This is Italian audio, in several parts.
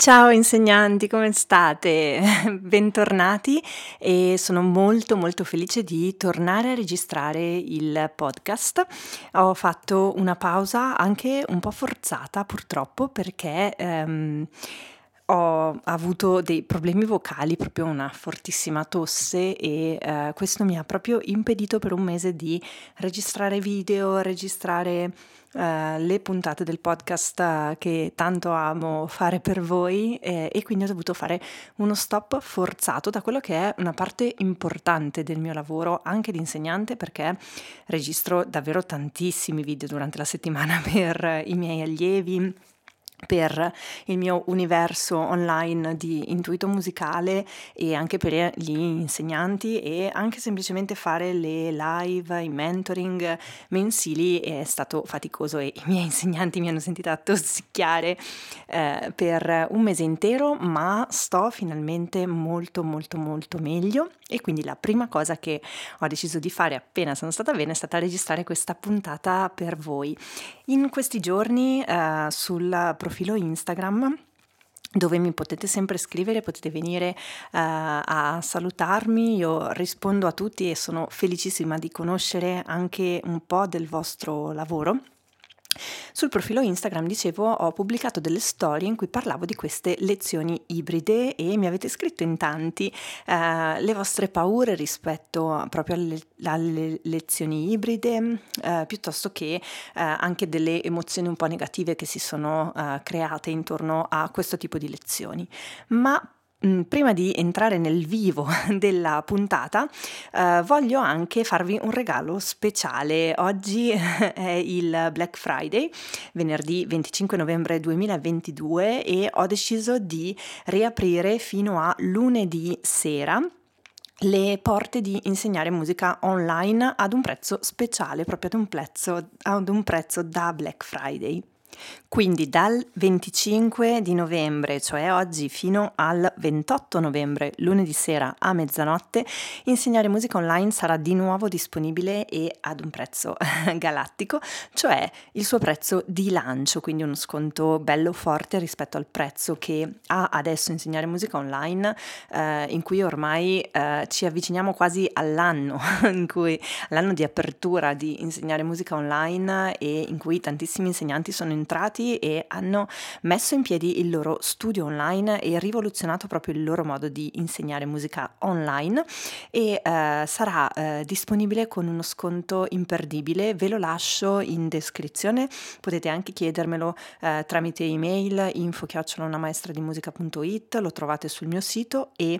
Ciao insegnanti, come state? Bentornati e sono molto molto felice di tornare a registrare il podcast. Ho fatto una pausa anche un po' forzata purtroppo perché ho avuto dei problemi vocali, proprio una fortissima tosse e questo mi ha proprio impedito per un mese di registrare video, registrare le puntate del podcast che tanto amo fare per voi e quindi ho dovuto fare uno stop forzato da quello che è una parte importante del mio lavoro anche di insegnante, perché registro davvero tantissimi video durante la settimana per i miei allievi, per il mio universo online di intuito musicale e anche per gli insegnanti, e anche semplicemente fare le live, i mentoring mensili è stato faticoso e i miei insegnanti mi hanno sentita tossicchiare per un mese intero, ma sto finalmente molto molto molto meglio e quindi la prima cosa che ho deciso di fare appena sono stata bene è stata registrare questa puntata per voi. In questi giorni sul profilo Instagram, dove mi potete sempre scrivere, potete venire a salutarmi, io rispondo a tutti e sono felicissima di conoscere anche un po' del vostro lavoro. Sul profilo Instagram, dicevo, ho pubblicato delle storie in cui parlavo di queste lezioni ibride e mi avete scritto in tanti le vostre paure rispetto proprio alle lezioni ibride, piuttosto che anche delle emozioni un po' negative che si sono create intorno a questo tipo di lezioni. Ma prima di entrare nel vivo della puntata, voglio anche farvi un regalo speciale. Oggi è il Black Friday, venerdì 25 novembre 2022, e ho deciso di riaprire fino a lunedì sera le porte di Insegnare Musica Online ad un prezzo speciale, proprio ad un prezzo da Black Friday. Quindi dal 25 di novembre, cioè oggi, fino al 28 novembre, lunedì sera a mezzanotte, Insegnare Musica Online sarà di nuovo disponibile e ad un prezzo galattico, cioè il suo prezzo di lancio, quindi uno sconto bello forte rispetto al prezzo che ha adesso Insegnare Musica Online, in cui ormai ci avviciniamo quasi all'anno, all'anno di apertura di Insegnare Musica Online, e in cui tantissimi insegnanti sono entrati e hanno messo in piedi il loro studio online e rivoluzionato proprio il loro modo di insegnare musica online, e sarà disponibile con uno sconto imperdibile. Ve lo lascio in descrizione, potete anche chiedermelo tramite email info@unamaestradimusica.it, lo trovate sul mio sito, e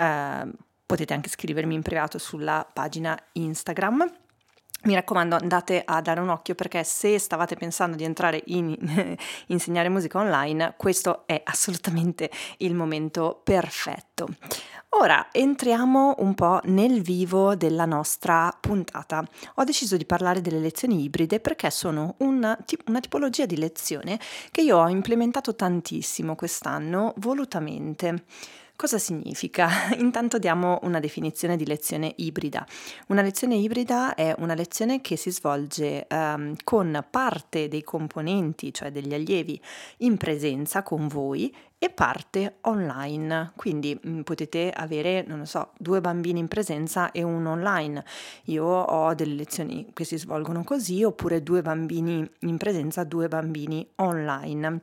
potete anche scrivermi in privato sulla pagina Instagram. Mi raccomando, andate a dare un occhio, perché se stavate pensando di entrare in Insegnare Musica Online, questo è assolutamente il momento perfetto. Ora entriamo un po' nel vivo della nostra puntata. Ho deciso di parlare delle lezioni ibride perché sono una tipologia di lezione che io ho implementato tantissimo quest'anno volutamente. Cosa significa? Intanto diamo una definizione di lezione ibrida. Una lezione ibrida è una lezione che si svolge con parte dei componenti, cioè degli allievi, in presenza con voi e parte online. Quindi potete avere, non lo so, 2 bambini in presenza e uno online. Io ho delle lezioni che si svolgono così, oppure 2 bambini in presenza, 2 bambini online.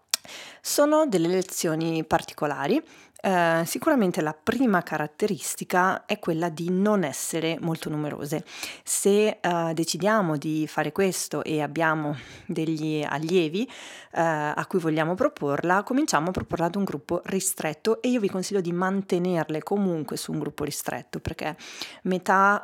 Sono delle lezioni particolari. Sicuramente la prima caratteristica è quella di non essere molto numerose. Se decidiamo di fare questo e abbiamo degli allievi a cui vogliamo proporla, cominciamo a proporla ad un gruppo ristretto, e io vi consiglio di mantenerle comunque su un gruppo ristretto, perché metà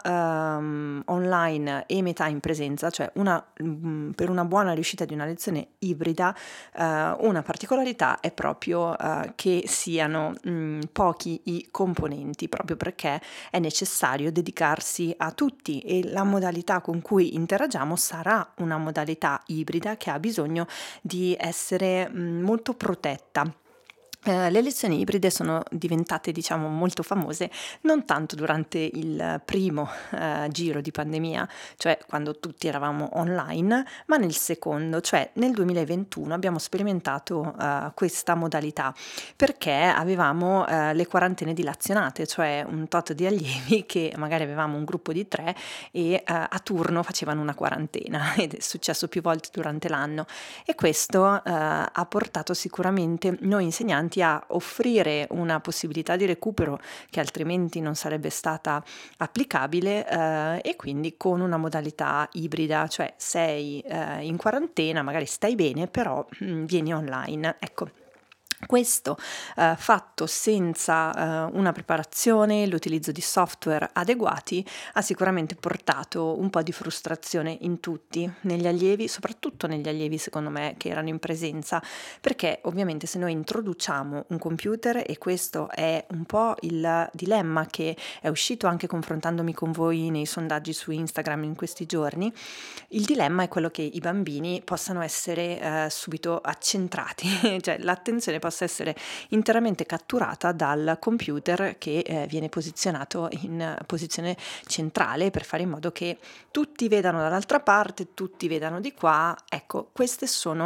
online e metà in presenza, cioè per una buona riuscita di una lezione ibrida, una particolarità è proprio che siano pochi i componenti, proprio perché è necessario dedicarsi a tutti, e la modalità con cui interagiamo sarà una modalità ibrida che ha bisogno di essere molto protetta. Le lezioni ibride sono diventate, diciamo, molto famose non tanto durante il primo giro di pandemia, cioè quando tutti eravamo online, ma nel secondo, cioè nel 2021 abbiamo sperimentato questa modalità perché avevamo le quarantene dilazionate, cioè un tot di allievi che magari avevamo un gruppo di 3 e a turno facevano una quarantena ed è successo più volte durante l'anno e questo ha portato sicuramente noi insegnanti a offrire una possibilità di recupero che altrimenti non sarebbe stata applicabile e quindi con una modalità ibrida, cioè sei in quarantena, magari stai bene, però vieni online. Ecco. Questo fatto senza una preparazione, l'utilizzo di software adeguati ha sicuramente portato un po' di frustrazione in tutti, negli allievi, soprattutto negli allievi secondo me che erano in presenza, perché ovviamente se noi introduciamo un computer, e questo è un po' il dilemma che è uscito anche confrontandomi con voi nei sondaggi su Instagram in questi giorni, il dilemma è quello che i bambini possano essere subito accentrati, cioè l'attenzione possa essere interamente catturata dal computer che viene posizionato in posizione centrale per fare in modo che tutti vedano dall'altra parte, tutti vedano di qua. Ecco, queste sono,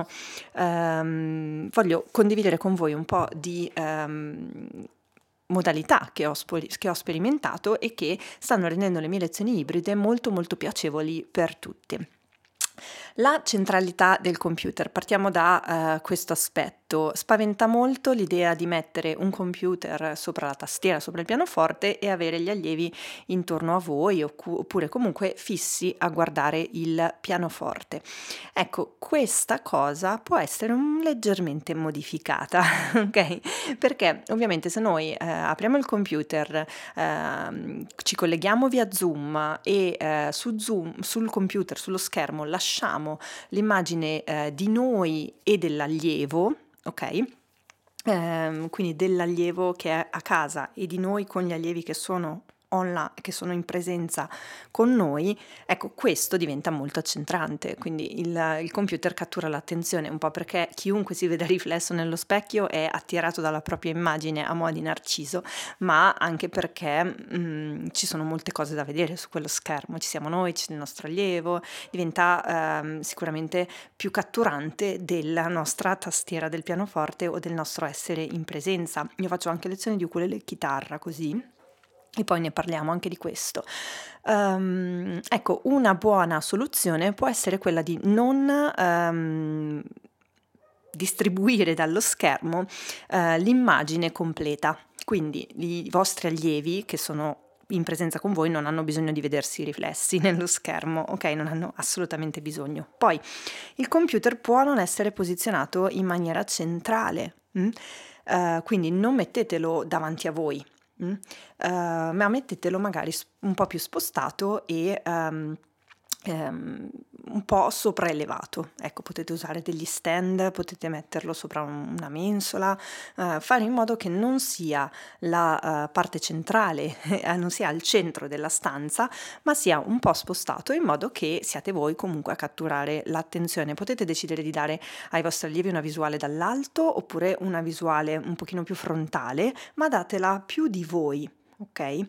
voglio condividere con voi un po' di modalità che ho sperimentato e che stanno rendendo le mie lezioni ibride molto molto piacevoli per tutti. La centralità del computer, partiamo da questo aspetto. Spaventa molto l'idea di mettere un computer sopra la tastiera, sopra il pianoforte e avere gli allievi intorno a voi oppure comunque fissi a guardare il pianoforte. Ecco, questa cosa può essere leggermente modificata, ok? Perché ovviamente se noi apriamo il computer, ci colleghiamo via Zoom e su Zoom, sul computer, sullo schermo, lasciamo l'immagine di noi e dell'allievo, ok? Quindi dell'allievo che è a casa e di noi con gli allievi che sono online, che sono in presenza con noi, ecco, questo diventa molto accentrante, quindi il computer cattura l'attenzione un po' perché chiunque si vede riflesso nello specchio è attirato dalla propria immagine a mo' di narciso, ma anche perché ci sono molte cose da vedere su quello schermo, ci siamo noi, c'è il nostro allievo, diventa sicuramente più catturante della nostra tastiera del pianoforte o del nostro essere in presenza. Io faccio anche lezioni di ukulele e chitarra così, e poi ne parliamo anche di questo. Ecco, una buona soluzione può essere quella di non distribuire dallo schermo l'immagine completa. Quindi i vostri allievi che sono in presenza con voi non hanno bisogno di vedersi riflessi nello schermo, ok? Non hanno assolutamente bisogno. Poi il computer può non essere posizionato in maniera centrale, quindi non mettetelo davanti a voi. Ma mettetelo magari un po' più spostato e un po' sopraelevato. Ecco, potete usare degli stand, potete metterlo sopra una mensola, fare in modo che non sia la parte centrale, non sia al centro della stanza, ma sia un po' spostato in modo che siate voi comunque a catturare l'attenzione. Potete decidere di dare ai vostri allievi una visuale dall'alto oppure una visuale un pochino più frontale, ma datela più di voi, ok?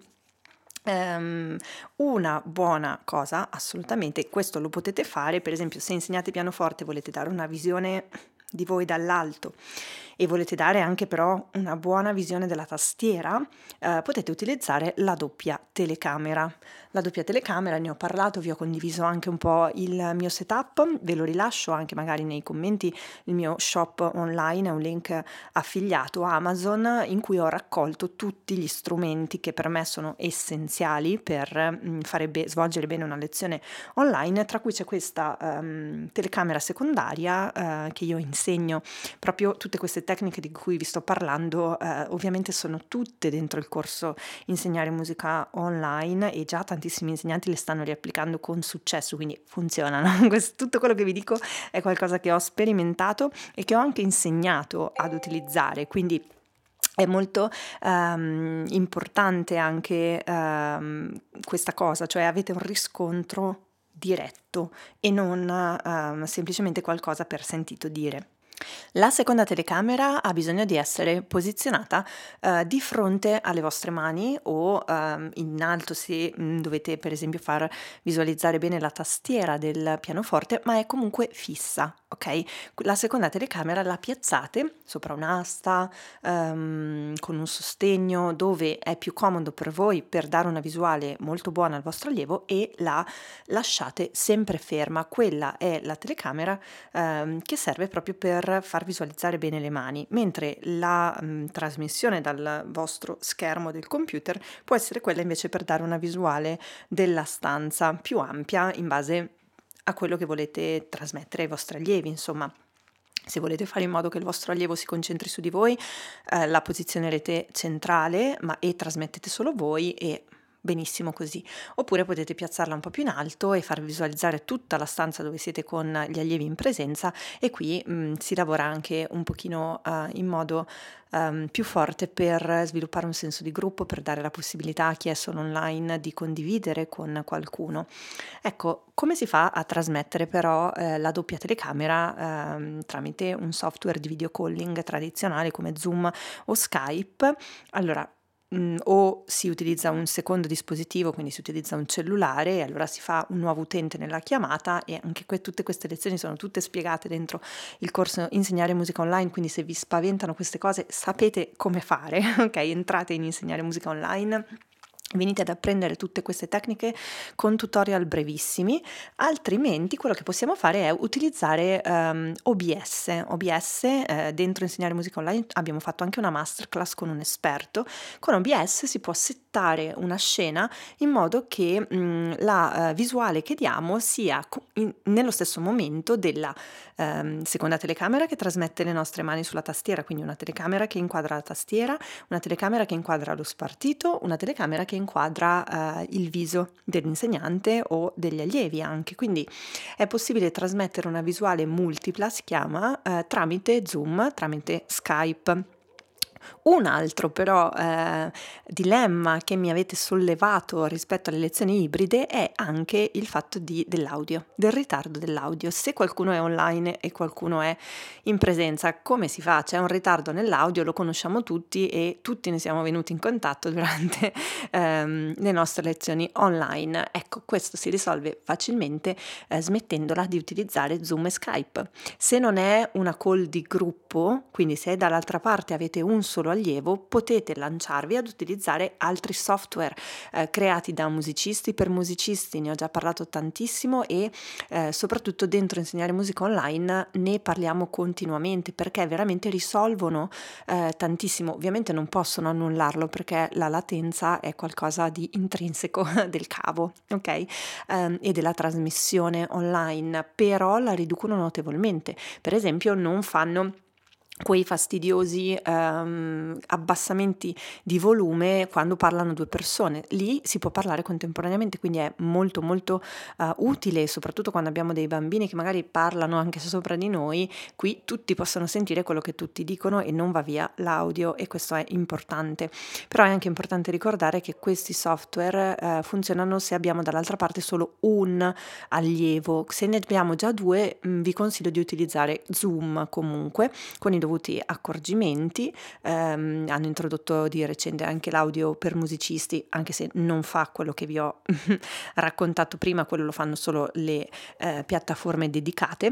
Una buona cosa, assolutamente, questo lo potete fare, per esempio se insegnate pianoforte e volete dare una visione di voi dall'alto e volete dare anche però una buona visione della tastiera, potete utilizzare la doppia telecamera. La doppia telecamera, ne ho parlato, vi ho condiviso anche un po' il mio setup, ve lo rilascio anche magari nei commenti, il mio shop online è un link affiliato a Amazon in cui ho raccolto tutti gli strumenti che per me sono essenziali per svolgere bene una lezione online, tra cui c'è questa telecamera secondaria che io insegno. Proprio tutte queste tecniche di cui vi sto parlando ovviamente sono tutte dentro il corso Insegnare musica online e già tantissimi insegnanti le stanno riapplicando con successo, quindi funzionano. Tutto quello che vi dico è qualcosa che ho sperimentato e che ho anche insegnato ad utilizzare, quindi è molto importante anche questa cosa, cioè avete un riscontro diretto e non semplicemente qualcosa per sentito dire. La seconda telecamera ha bisogno di essere posizionata di fronte alle vostre mani o in alto se dovete per esempio far visualizzare bene la tastiera del pianoforte, ma è comunque fissa, ok? La seconda telecamera la piazzate sopra un'asta, con un sostegno dove è più comodo per voi per dare una visuale molto buona al vostro allievo e la lasciate sempre ferma. Quella è la telecamera che serve proprio per far visualizzare bene le mani, mentre la trasmissione dal vostro schermo del computer può essere quella invece per dare una visuale della stanza più ampia in base a quello che volete trasmettere ai vostri allievi, insomma. Se volete fare in modo che il vostro allievo si concentri su di voi, la posizionerete centrale e trasmettete solo voi e benissimo così. Oppure potete piazzarla un po' più in alto e far visualizzare tutta la stanza dove siete con gli allievi in presenza e qui si lavora anche un pochino in modo più forte per sviluppare un senso di gruppo, per dare la possibilità a chi è solo online di condividere con qualcuno. Ecco, come si fa a trasmettere però la doppia telecamera tramite un software di video calling tradizionale come Zoom o Skype? Allora, o si utilizza un secondo dispositivo, quindi si utilizza un cellulare e allora si fa un nuovo utente nella chiamata e anche tutte queste lezioni sono tutte spiegate dentro il corso Insegnare Musica Online, quindi se vi spaventano queste cose sapete come fare, ok? Entrate in Insegnare Musica Online. Venite ad apprendere tutte queste tecniche con tutorial brevissimi, altrimenti quello che possiamo fare è utilizzare OBS. Dentro Insegnare Musica Online abbiamo fatto anche una masterclass con un esperto. Con OBS si può settare una scena in modo che la visuale che diamo sia nello stesso momento della seconda telecamera che trasmette le nostre mani sulla tastiera, quindi una telecamera che inquadra la tastiera, una telecamera che inquadra lo spartito, una telecamera che inquadra il viso dell'insegnante o degli allievi anche, quindi è possibile trasmettere una visuale multipla, si chiama, tramite Zoom, tramite Skype. Un altro però dilemma che mi avete sollevato rispetto alle lezioni ibride è anche il fatto dell'audio, del ritardo dell'audio. Se qualcuno è online e qualcuno è in presenza, come si fa? C'è un ritardo nell'audio, lo conosciamo tutti e tutti ne siamo venuti in contatto durante le nostre lezioni online. Ecco, questo si risolve facilmente smettendola di utilizzare Zoom e Skype. Se non è una call di gruppo, quindi se dall'altra parte avete un solo allievo, potete lanciarvi ad utilizzare altri software creati da musicisti per musicisti. Ne ho già parlato tantissimo e soprattutto dentro Insegnare Musica Online ne parliamo continuamente perché veramente risolvono tantissimo. Ovviamente non possono annullarlo perché la latenza è qualcosa di intrinseco del cavo, ok? E della trasmissione online, però la riducono notevolmente. Per esempio non fanno quei fastidiosi abbassamenti di volume quando parlano due persone. Lì si può parlare contemporaneamente, quindi è molto molto utile, soprattutto quando abbiamo dei bambini che magari parlano anche sopra di noi. Qui tutti possono sentire quello che tutti dicono e non va via l'audio, e questo è importante. Però è anche importante ricordare che questi software funzionano se abbiamo dall'altra parte solo un allievo. Se ne abbiamo già due, vi consiglio di utilizzare Zoom comunque con i dovuti accorgimenti. Hanno introdotto di recente anche l'audio per musicisti, anche se non fa quello che vi ho raccontato prima, quello lo fanno solo le piattaforme dedicate.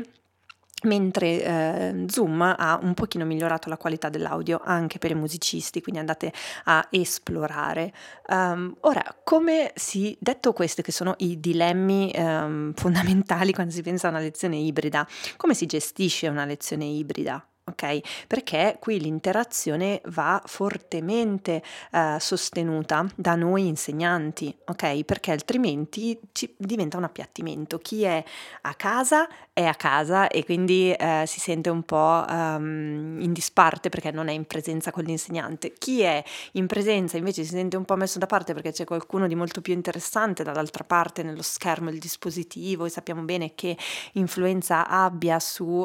Mentre Zoom ha un pochino migliorato la qualità dell'audio anche per i musicisti, quindi andate a esplorare. Ora, detto questi che sono i dilemmi fondamentali quando si pensa a una lezione ibrida, come si gestisce una lezione ibrida? Ok, perché qui l'interazione va fortemente sostenuta da noi insegnanti, ok? Perché altrimenti diventa un appiattimento. Chi è a casa e quindi si sente un po' in disparte perché non è in presenza con l'insegnante. Chi è in presenza invece si sente un po' messo da parte perché c'è qualcuno di molto più interessante dall'altra parte nello schermo del dispositivo, e sappiamo bene che influenza abbia su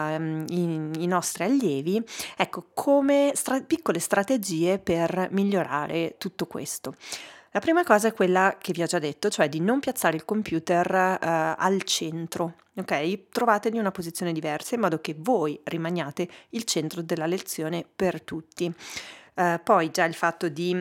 i nostri allievi. Ecco, come piccole strategie per migliorare tutto questo. La prima cosa è quella che vi ho già detto, cioè di non piazzare il computer al centro, ok? Trovategli una posizione diversa in modo che voi rimaniate il centro della lezione per tutti. Poi già il fatto di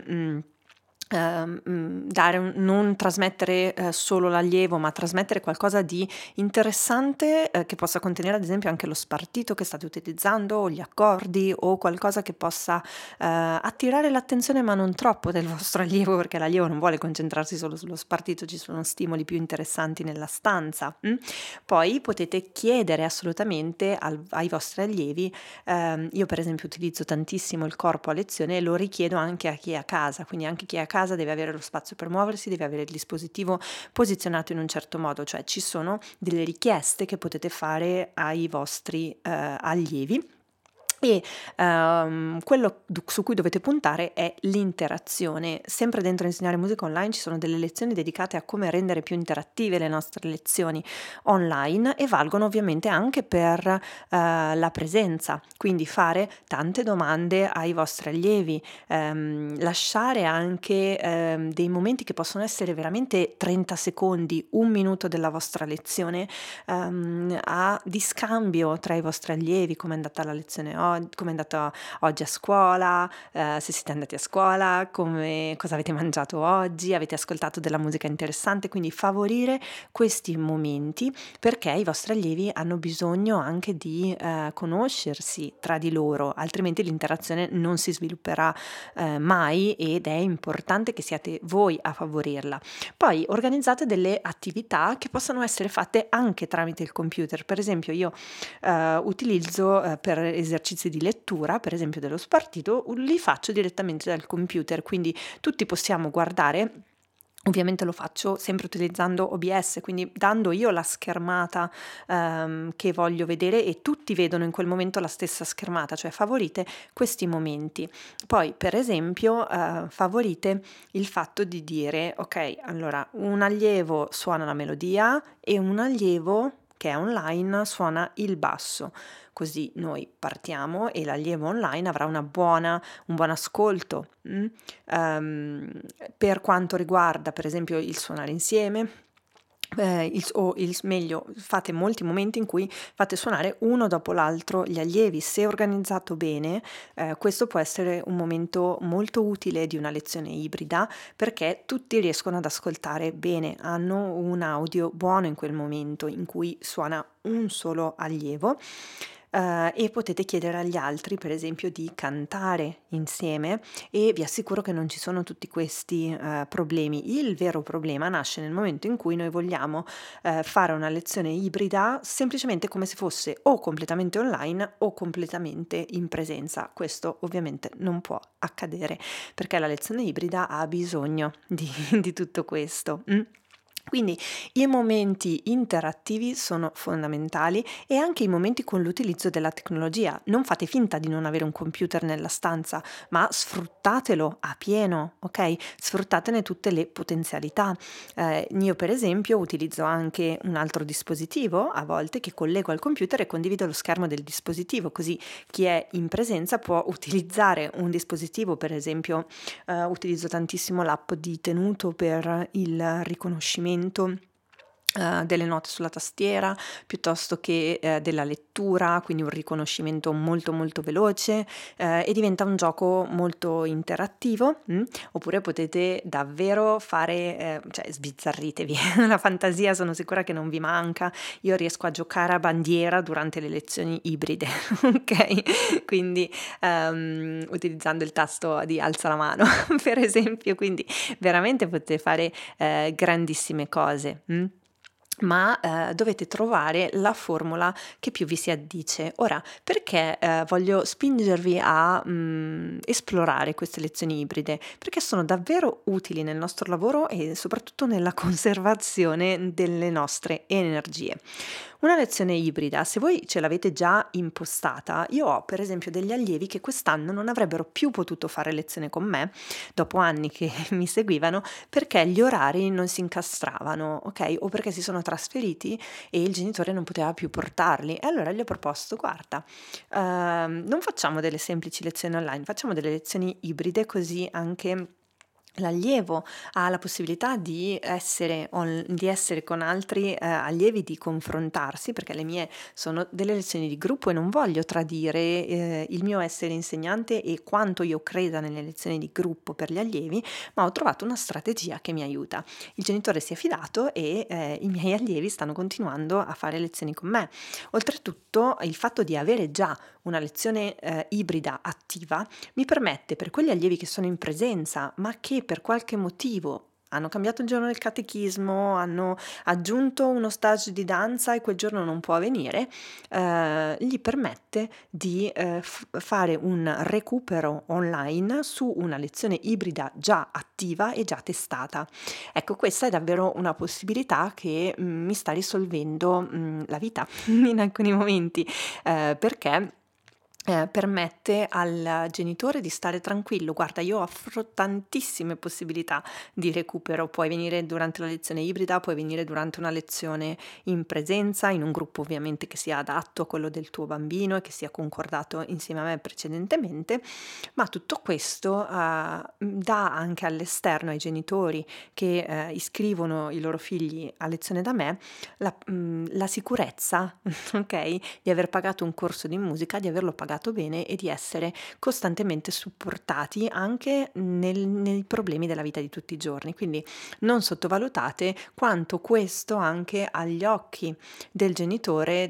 non trasmettere solo l'allievo, ma trasmettere qualcosa di interessante che possa contenere ad esempio anche lo spartito che state utilizzando o gli accordi o qualcosa che possa attirare l'attenzione ma non troppo del vostro allievo, perché l'allievo non vuole concentrarsi solo sullo spartito, ci sono stimoli più interessanti nella stanza. Poi potete chiedere assolutamente ai vostri allievi, io per esempio utilizzo tantissimo il corpo a lezione e lo richiedo anche a chi è a casa, quindi anche chi è a casa deve avere lo spazio per muoversi, deve avere il dispositivo posizionato in un certo modo, cioè ci sono delle richieste che potete fare ai vostri allievi. E quello su cui dovete puntare è l'interazione. Sempre dentro Insegnare Musica Online ci sono delle lezioni dedicate a come rendere più interattive le nostre lezioni online e valgono ovviamente anche per la presenza, quindi fare tante domande ai vostri allievi, lasciare anche dei momenti che possono essere veramente 30 secondi, un minuto della vostra lezione di scambio tra i vostri allievi, come è andata la lezione oggi, come è andata oggi a scuola, se siete andati a scuola, cosa avete mangiato oggi, avete ascoltato della musica interessante, quindi favorire questi momenti perché i vostri allievi hanno bisogno anche di conoscersi tra di loro, altrimenti l'interazione non si svilupperà mai ed è importante che siate voi a favorirla. Poi organizzate delle attività che possano essere fatte anche tramite il computer. Per esempio io utilizzo per esercizi di lettura, per esempio dello spartito, li faccio direttamente dal computer, quindi tutti possiamo guardare. Ovviamente lo faccio sempre utilizzando OBS, quindi dando io la schermata che voglio vedere e tutti vedono in quel momento la stessa schermata, cioè favorite questi momenti. Poi per esempio favorite il fatto di dire ok, allora un allievo suona la melodia e un allievo che è online suona il basso. Così noi partiamo e l'allievo online avrà un buon ascolto. Per quanto riguarda per esempio il suonare insieme, meglio, fate molti momenti in cui fate suonare uno dopo l'altro gli allievi. Se organizzato bene, questo può essere un momento molto utile di una lezione ibrida perché tutti riescono ad ascoltare bene, hanno un audio buono in quel momento in cui suona un solo allievo. E potete chiedere agli altri, per esempio, di cantare insieme e vi assicuro che non ci sono tutti questi problemi. Il vero problema nasce nel momento in cui noi vogliamo fare una lezione ibrida semplicemente come se fosse o completamente online o completamente in presenza. Questo ovviamente non può accadere perché la lezione ibrida ha bisogno di tutto questo. Quindi i momenti interattivi sono fondamentali e anche i momenti con l'utilizzo della tecnologia. Non fate finta di non avere un computer nella stanza, ma sfruttatelo a pieno, ok? Sfruttatene tutte le potenzialità. Io per esempio utilizzo anche un altro dispositivo a volte che collego al computer e condivido lo schermo del dispositivo, così chi è in presenza può utilizzare un dispositivo, per esempio utilizzo tantissimo l'app di Tenuto per il riconoscimento delle note sulla tastiera piuttosto che della lettura, quindi un riconoscimento molto molto veloce e diventa un gioco molto interattivo. Oppure potete davvero fare, cioè sbizzarritevi, la fantasia sono sicura che non vi manca. Io riesco a giocare a bandiera durante le lezioni ibride, ok? Quindi utilizzando il tasto di alza la mano per esempio, quindi veramente potete fare grandissime cose. Ma dovete trovare la formula che più vi si addice. Ora, perché voglio spingervi a esplorare queste lezioni ibride? Perché sono davvero utili nel nostro lavoro e soprattutto nella conservazione delle nostre energie. Una lezione ibrida, se voi ce l'avete già impostata, io ho per esempio degli allievi che quest'anno non avrebbero più potuto fare lezione con me, dopo anni che mi seguivano, perché gli orari non si incastravano, ok? O perché si sono trasferiti e il genitore non poteva più portarli. E allora gli ho proposto, guarda, non facciamo delle semplici lezioni online, facciamo delle lezioni ibride così anche l'allievo ha la possibilità di essere con altri allievi, di confrontarsi, perché le mie sono delle lezioni di gruppo e non voglio tradire il mio essere insegnante e quanto io creda nelle lezioni di gruppo per gli allievi, ma ho trovato una strategia che mi aiuta. Il genitore si è fidato e i miei allievi stanno continuando a fare lezioni con me. Oltretutto, il fatto di avere già una lezione ibrida attiva mi permette, per quegli allievi che sono in presenza, ma che per qualche motivo hanno cambiato il giorno del catechismo, hanno aggiunto uno stage di danza e quel giorno non può avvenire, gli permette di fare un recupero online su una lezione ibrida già attiva e già testata. Ecco, questa è davvero una possibilità che mi sta risolvendo la vita in alcuni momenti, perché permette al genitore di stare tranquillo. Guarda, io offro tantissime possibilità di recupero. Puoi venire durante la lezione ibrida, puoi venire durante una lezione in presenza, in un gruppo ovviamente che sia adatto a quello del tuo bambino e che sia concordato insieme a me precedentemente, ma tutto questo dà anche all'esterno, ai genitori che iscrivono i loro figli a lezione da me, la sicurezza, ok? Di aver pagato un corso di musica, di averlo pagato bene e di essere costantemente supportati anche nei problemi della vita di tutti i giorni. Quindi non sottovalutate quanto questo anche agli occhi del genitore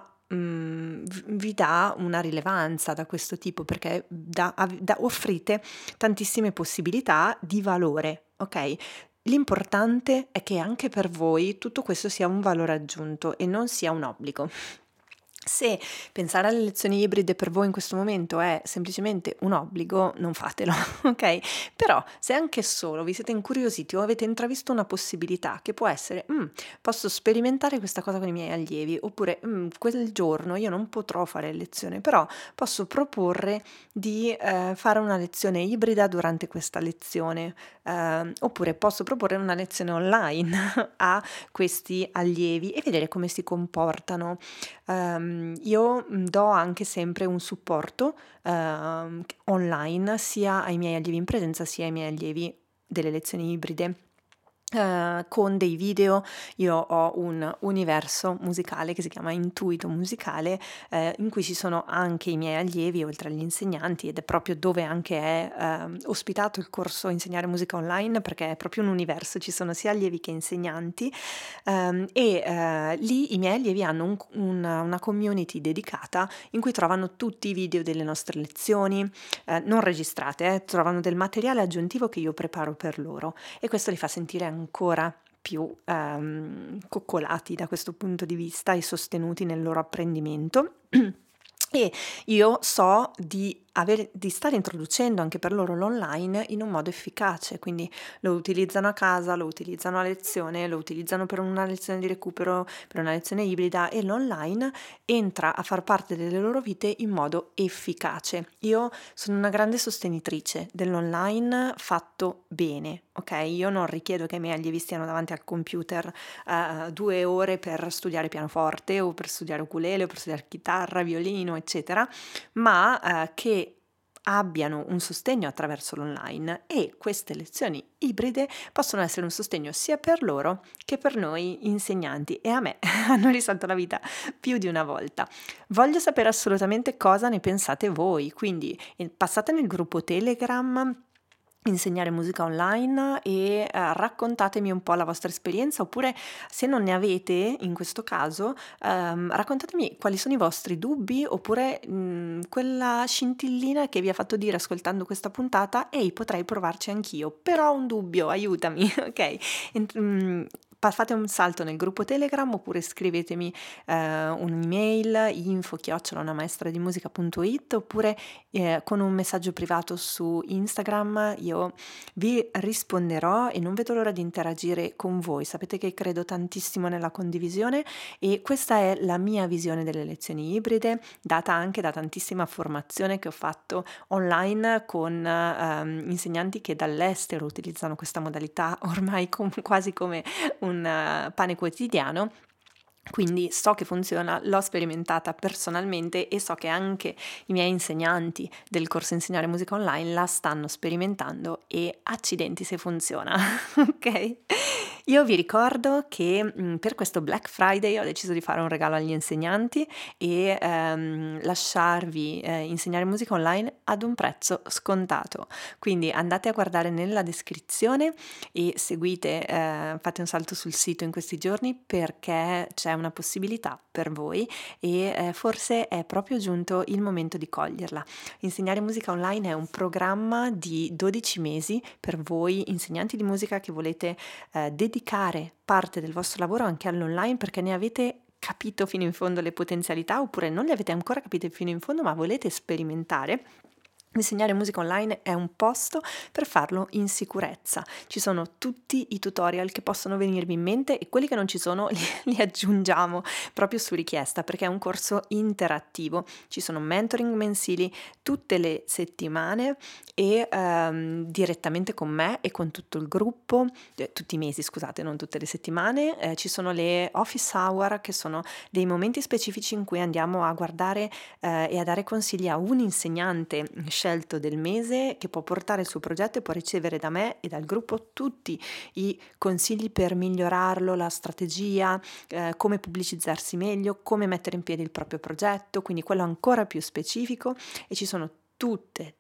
vi dà una rilevanza da questo tipo, perché offrite tantissime possibilità di valore, ok? L'importante è che anche per voi tutto questo sia un valore aggiunto e non sia un obbligo. Se pensare alle lezioni ibride per voi in questo momento è semplicemente un obbligo, non fatelo, ok? Però se anche solo vi siete incuriositi o avete intravisto una possibilità che può essere, posso sperimentare questa cosa con i miei allievi, oppure quel giorno io non potrò fare lezione, però posso proporre di fare una lezione ibrida durante questa lezione, oppure posso proporre una lezione online a questi allievi e vedere come si comportano. Io do anche sempre un supporto online sia ai miei allievi in presenza sia ai miei allievi delle lezioni ibride. Con dei video. Io ho un universo musicale che si chiama Intuito Musicale, in cui ci sono anche i miei allievi oltre agli insegnanti, ed è proprio dove anche è ospitato il corso Insegnare Musica Online, perché è proprio un universo, ci sono sia allievi che insegnanti, lì i miei allievi hanno una community dedicata in cui trovano tutti i video delle nostre lezioni, non registrate, trovano del materiale aggiuntivo che io preparo per loro, e questo li fa sentire ancora più coccolati da questo punto di vista e sostenuti nel loro apprendimento. E io so di stare introducendo anche per loro l'online in un modo efficace, quindi lo utilizzano a casa, lo utilizzano a lezione, lo utilizzano per una lezione di recupero, per una lezione ibrida, e l'online entra a far parte delle loro vite in modo efficace. Io sono una grande sostenitrice dell'online fatto bene, ok? Io non richiedo che i miei allievi stiano davanti al computer 2 ore per studiare pianoforte o per studiare ukulele o per studiare chitarra, violino, eccetera, ma che abbiano un sostegno attraverso l'online, e queste lezioni ibride possono essere un sostegno sia per loro che per noi insegnanti, e a me hanno risolto la vita più di una volta. Voglio sapere assolutamente cosa ne pensate voi, quindi passate nel gruppo Telegram Insegnare Musica Online e raccontatemi un po' la vostra esperienza, oppure se non ne avete in questo caso raccontatemi quali sono i vostri dubbi, oppure quella scintillina che vi ha fatto dire ascoltando questa puntata: ehi, potrei provarci anch'io, però ho un dubbio, aiutami, ok? Fate un salto nel gruppo Telegram, oppure scrivetemi un'email info@unamaestradimusica.it, oppure con un messaggio privato su Instagram. Io vi risponderò e non vedo l'ora di interagire con voi. Sapete che credo tantissimo nella condivisione, e questa è la mia visione delle lezioni ibride, data anche da tantissima formazione che ho fatto online con insegnanti che dall'estero utilizzano questa modalità ormai quasi come un pane quotidiano. Quindi so che funziona, l'ho sperimentata personalmente e so che anche i miei insegnanti del corso Insegnare Musica Online la stanno sperimentando e accidenti se funziona, ok? Io vi ricordo che per questo Black Friday ho deciso di fare un regalo agli insegnanti e lasciarvi insegnare musica online ad un prezzo scontato. Quindi andate a guardare nella descrizione e seguite, fate un salto sul sito in questi giorni perché c'è una possibilità per voi e forse è proprio giunto il momento di coglierla. Insegnare musica online è un programma di 12 mesi per voi insegnanti di musica che volete dedicare parte del vostro lavoro anche all'online perché ne avete capito fino in fondo le potenzialità oppure non le avete ancora capite fino in fondo ma volete sperimentare. Insegnare musica online è un posto per farlo in sicurezza. Ci sono tutti i tutorial che possono venirvi in mente e quelli che non ci sono li aggiungiamo proprio su richiesta perché è un corso interattivo. Ci sono mentoring mensili tutte le settimane e direttamente con me e con tutto il gruppo, tutti i mesi scusate, non tutte le settimane. Ci sono le office hour che sono dei momenti specifici in cui andiamo a guardare e a dare consigli a un insegnante scelto del mese che può portare il suo progetto e può ricevere da me e dal gruppo tutti i consigli per migliorarlo, la strategia, come pubblicizzarsi meglio, come mettere in piedi il proprio progetto, quindi quello ancora più specifico e ci sono tutte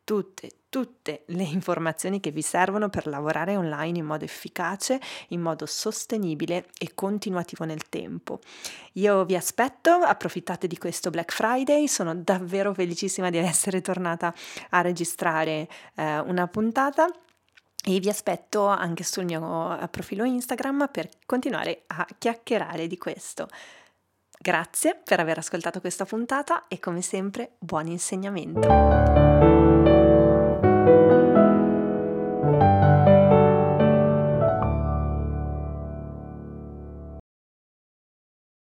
le informazioni che vi servono per lavorare online in modo efficace, in modo sostenibile e continuativo nel tempo. Io vi aspetto, approfittate di questo Black Friday, sono davvero felicissima di essere tornata a registrare una puntata e vi aspetto anche sul mio profilo Instagram per continuare a chiacchierare di questo. Grazie per aver ascoltato questa puntata e come sempre buon insegnamento.